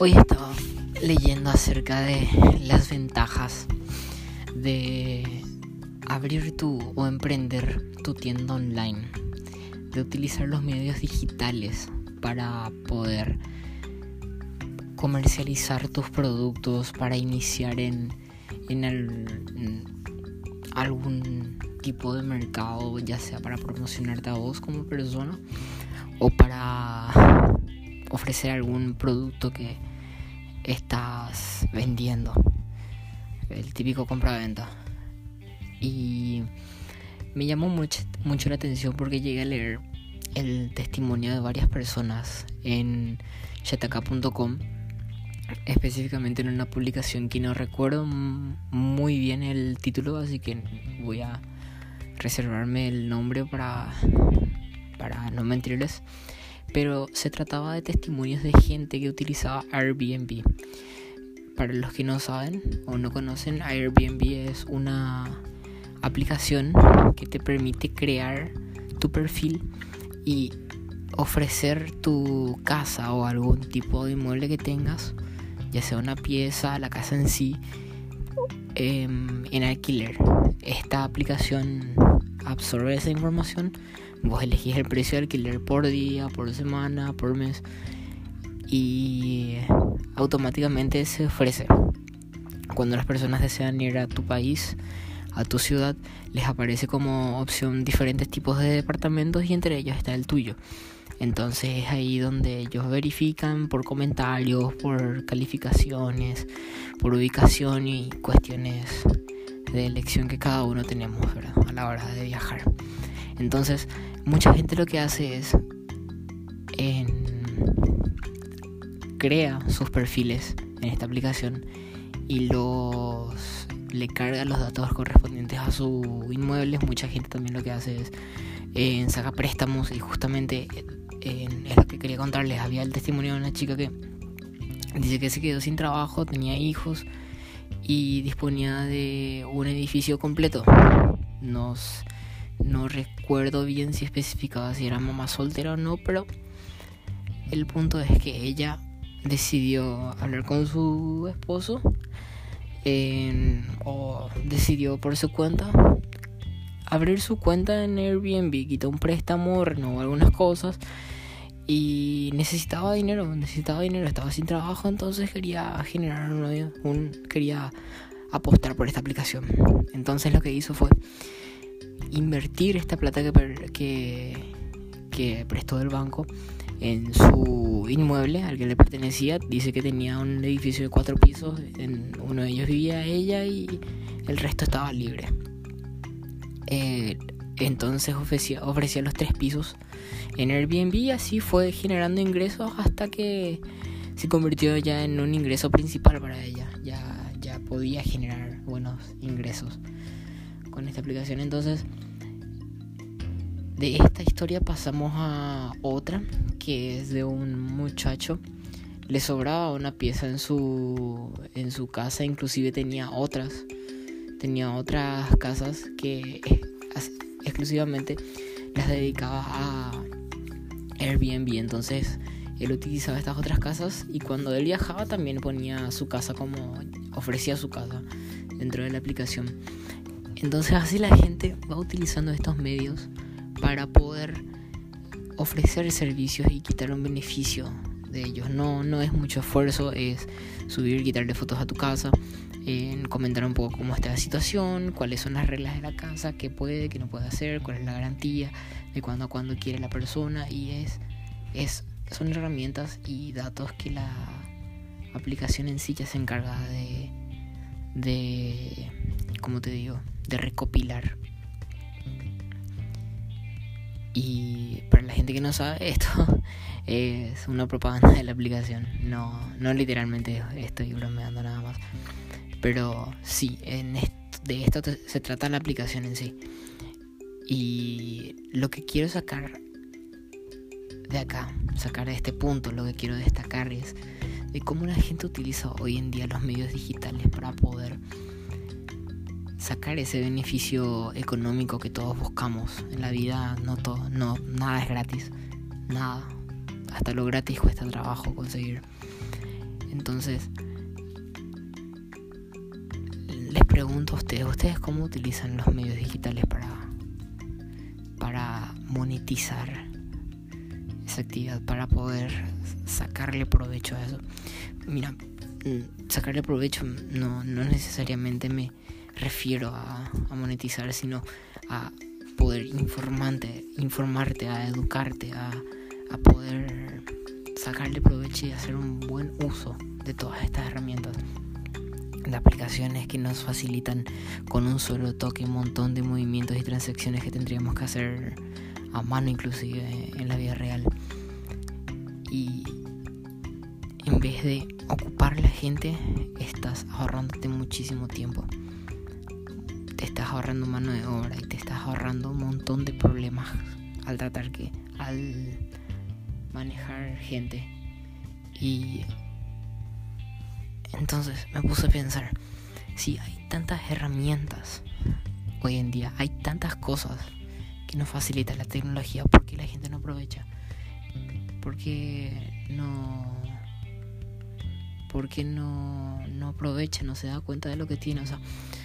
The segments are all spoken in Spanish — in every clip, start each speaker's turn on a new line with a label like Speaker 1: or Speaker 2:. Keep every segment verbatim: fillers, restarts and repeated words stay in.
Speaker 1: Hoy estaba leyendo acerca de las ventajas de abrir tu o emprender tu tienda online, de utilizar los medios digitales para poder comercializar tus productos, para iniciar en, en, el, en algún tipo de mercado, ya sea para promocionarte a vos como persona o para ofrecer algún producto que estás vendiendo, el típico compra-venta. Y me llamó mucho, mucho la atención porque llegué a leer el testimonio de varias personas en shataka punto com, específicamente en una publicación que no recuerdo muy bien el título, así que voy a reservarme el nombre para, para no mentirles. Pero se trataba de testimonios de gente que utilizaba Airbnb. Para los que no saben o no conocen, Airbnb es una aplicación que te permite crear tu perfil y ofrecer tu casa o algún tipo de inmueble que tengas, ya sea una pieza, la casa en sí, eh, en alquiler. Esta aplicación absorbe esa información. Vos elegís el precio de alquiler por día, por semana, por mes, y automáticamente se ofrece. Cuando las personas desean ir a tu país, a tu ciudad, les aparece como opción diferentes tipos de departamentos y entre ellos está el tuyo. Entonces es ahí donde ellos verifican por comentarios, por calificaciones, por ubicación y cuestiones de elección que cada uno tenemos, ¿verdad?, a la hora de viajar. Entonces mucha gente lo que hace es en, crea sus perfiles en esta aplicación y los le carga los datos correspondientes a su inmueble. Mucha gente también lo que hace es eh, saca préstamos, y justamente eh, es lo que quería contarles. Había el testimonio de una chica que dice que se quedó sin trabajo, tenía hijos y disponía de un edificio completo. Nos No recuerdo bien si especificaba si era mamá soltera o no, pero el punto es que ella decidió hablar con su esposo eh, o decidió por su cuenta abrir su cuenta en Airbnb, quitó un préstamo, renovó algunas cosas y necesitaba dinero, necesitaba dinero, estaba sin trabajo, entonces quería generar un, un quería apostar por esta aplicación. Entonces lo que hizo fue invertir esta plata que, que, que prestó del banco en su inmueble al que le pertenecía. Dice que tenía un edificio de cuatro pisos, en uno de ellos vivía ella y el resto estaba libre. Eh, entonces ofrecía, ofrecía los tres pisos en Airbnb y así fue generando ingresos hasta que se convirtió ya en un ingreso principal para ella. Ya, ya podía generar buenos ingresos con esta aplicación. Entonces de esta historia pasamos a otra, que es de un muchacho. Le sobraba una pieza en su en su casa, inclusive tenía otras tenía otras casas que es, exclusivamente las dedicaba a Airbnb. Entonces él utilizaba estas otras casas y cuando él viajaba también ponía su casa, como ofrecía su casa dentro de la aplicación. Entonces así la gente va utilizando estos medios para poder ofrecer servicios y quitar un beneficio de ellos. No, no es mucho esfuerzo, es subir, quitarle fotos a tu casa, eh, comentar un poco cómo está la situación, cuáles son las reglas de la casa, qué puede, qué no puede hacer, cuál es la garantía, de cuándo a cuándo quiere la persona, y es, es son herramientas y datos que la aplicación en sí ya se encarga de, de ¿cómo te digo?, de recopilar. Y para la gente que no sabe, esto es una propaganda de la aplicación. No, no literalmente estoy bromeando nada más. Pero sí, en esto, de esto te, se trata la aplicación en sí. Y lo que quiero sacar de acá, sacar de este punto, lo que quiero destacar es de cómo la gente utiliza hoy en día los medios digitales para poder sacar ese beneficio económico que todos buscamos en la vida. No todo, no, nada es gratis, nada, hasta lo gratis cuesta trabajo conseguir. Entonces, les pregunto a ustedes, ¿ustedes cómo utilizan los medios digitales para, para monetizar esa actividad, para poder sacarle provecho a eso? Mira, sacarle provecho no, no necesariamente me refiero a, a monetizar, sino a poder informarte, informarte, a educarte, a, a poder sacarle provecho y hacer un buen uso de todas estas herramientas. De aplicaciones que nos facilitan con un solo toque un montón de movimientos y transacciones que tendríamos que hacer a mano, inclusive en la vida real. Y en vez de ocupar la gente, estás ahorrándote muchísimo tiempo. Te estás ahorrando mano de obra y te estás ahorrando un montón de problemas al tratar que, al manejar gente. Y entonces me puse a pensar, si hay tantas herramientas hoy en día, hay tantas cosas que nos facilita la tecnología, ¿por qué la gente no aprovecha? ¿Por qué no, por qué no, no aprovecha, no se da cuenta de lo que tiene? O sea,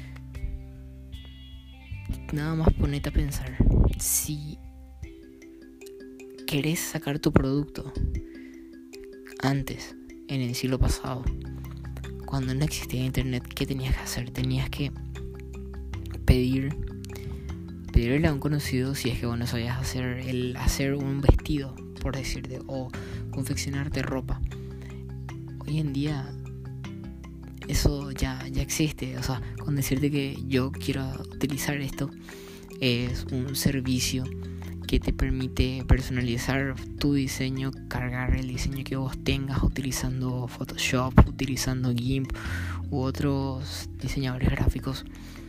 Speaker 1: nada más ponete a pensar, si querés sacar tu producto antes, en el siglo pasado, cuando no existía internet, ¿qué tenías que hacer? Tenías que pedir pedirle a un conocido si es que vos no sabías hacer el hacer un vestido, por decirte, o confeccionarte ropa. Hoy en día eso ya, ya existe. O sea, con decirte que yo quiero utilizar esto, es un servicio que te permite personalizar tu diseño, cargar el diseño que vos tengas utilizando Photoshop, utilizando GIMP u otros diseñadores gráficos.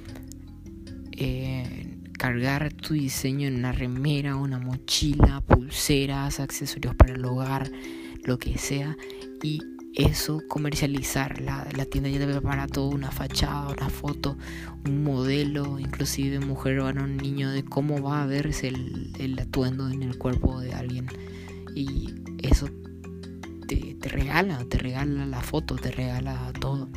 Speaker 1: Eh, cargar tu diseño en una remera, una mochila, pulseras, accesorios para el hogar, lo que sea, y eso comercializar. La, la tienda ya te prepara todo, una fachada, una foto, un modelo, inclusive mujer, varón, niño, de cómo va a verse el, el atuendo en el cuerpo de alguien, y eso te, te regala, te regala la foto, te regala todo.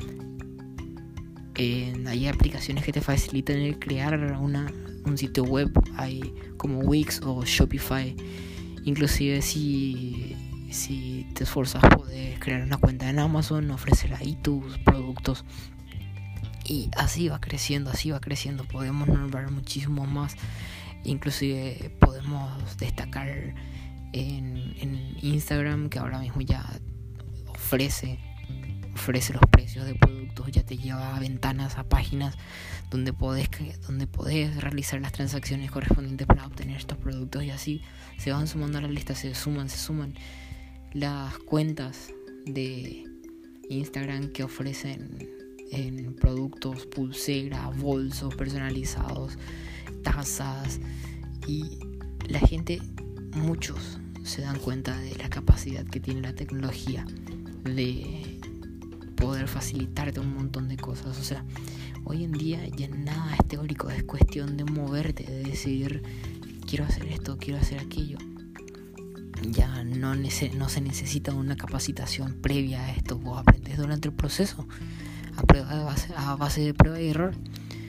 Speaker 1: Eh, hay aplicaciones que te facilitan el crear una, un sitio web, hay como Wix o Shopify. Inclusive si, si te esforzas puedes crear una cuenta en Amazon, ofrecer ahí tus productos, y así va creciendo, así va creciendo. Podemos nombrar muchísimo más, inclusive podemos destacar en, en Instagram, que ahora mismo ya ofrece ofrece los precios de productos, ya te lleva a ventanas, a páginas donde podés, donde podés realizar las transacciones correspondientes para obtener estos productos, y así se van sumando a la lista, se suman, se suman las cuentas de Instagram que ofrecen en productos, pulseras, bolsos personalizados, tazas, y la gente, muchos se dan cuenta de la capacidad que tiene la tecnología de poder facilitarte un montón de cosas. O sea, hoy en día ya nada es teórico, es cuestión de moverte, de decidir quiero hacer esto, quiero hacer aquello. Ya no, nece- no se necesita una capacitación previa a esto, vos aprendes durante el proceso, a, prueba de base, a base de prueba y error,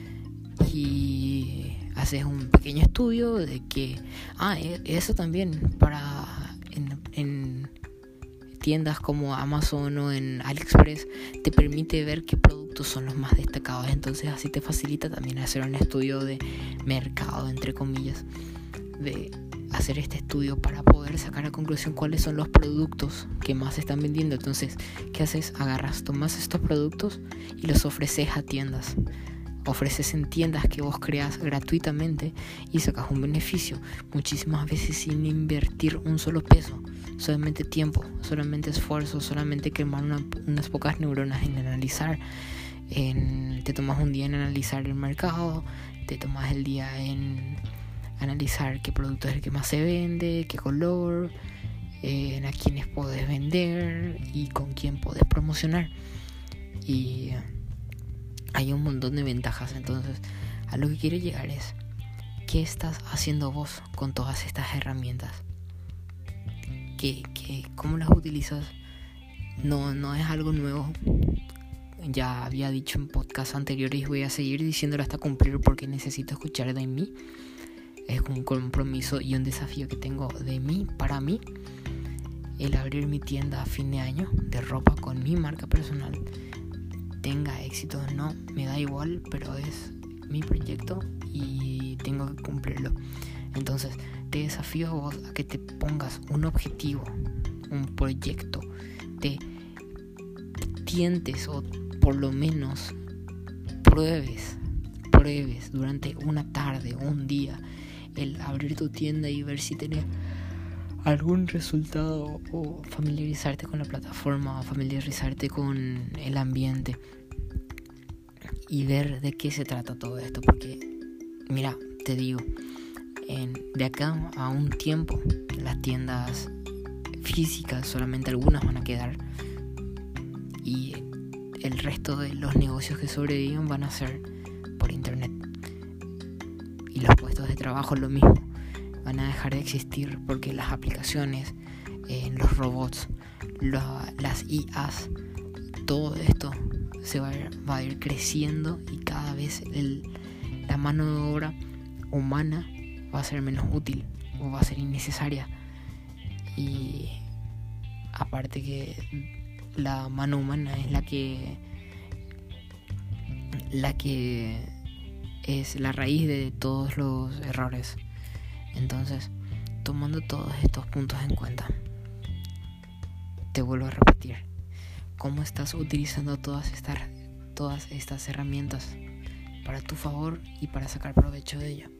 Speaker 1: y haces un pequeño estudio de que, ah, eso también para en, en tiendas como Amazon o en AliExpress te permite ver qué productos son los más destacados. Entonces así te facilita también hacer un estudio de mercado, entre comillas, de hacer este estudio para poder sacar a conclusión cuáles son los productos que más se están vendiendo. Entonces, ¿qué haces? Agarras, tomas estos productos y los ofreces a tiendas. Ofreces en tiendas que vos creas gratuitamente y sacas un beneficio, muchísimas veces sin invertir un solo peso, solamente tiempo, solamente esfuerzo, solamente quemar una, unas pocas neuronas en analizar. En, te tomas un día en analizar el mercado, te tomas el día en analizar qué producto es el que más se vende, qué color, eh, a quiénes podés vender y con quién podés promocionar. Y hay un montón de ventajas. Entonces, a lo que quiero llegar es, ¿qué estás haciendo vos con todas estas herramientas? ¿Qué, qué, ¿Cómo las utilizas? no, no es algo nuevo. Ya había dicho en podcasts anteriores y voy a seguir diciéndolo hasta cumplir, porque necesito escuchar de mí. Es un compromiso y un desafío que tengo de mí, para mí, el abrir mi tienda a fin de año de ropa con mi marca personal. Tenga éxito o no, me da igual, pero es mi proyecto y tengo que cumplirlo. Entonces te desafío a vos a que te pongas un objetivo, un proyecto, te tientes o por lo menos pruebes, pruebes durante una tarde o un día el abrir tu tienda y ver si tenés algún resultado, o familiarizarte con la plataforma, o familiarizarte con el ambiente y ver de qué se trata todo esto. Porque mira, te digo, en, de acá a un tiempo las tiendas físicas solamente algunas van a quedar y el resto de los negocios que sobreviven van a ser por internet, y los puestos de trabajo lo mismo, van a dejar de existir porque las aplicaciones, eh, los robots, la, las I As, todo esto se va a, ir, va a ir creciendo y cada vez el, la mano de obra humana va a ser menos útil o va a ser innecesaria. Y aparte que la mano humana es la que la que es la raíz de todos los errores. Entonces, tomando todos estos puntos en cuenta, te vuelvo a repetir, ¿cómo estás utilizando todas estas, todas estas herramientas para tu favor y para sacar provecho de ello?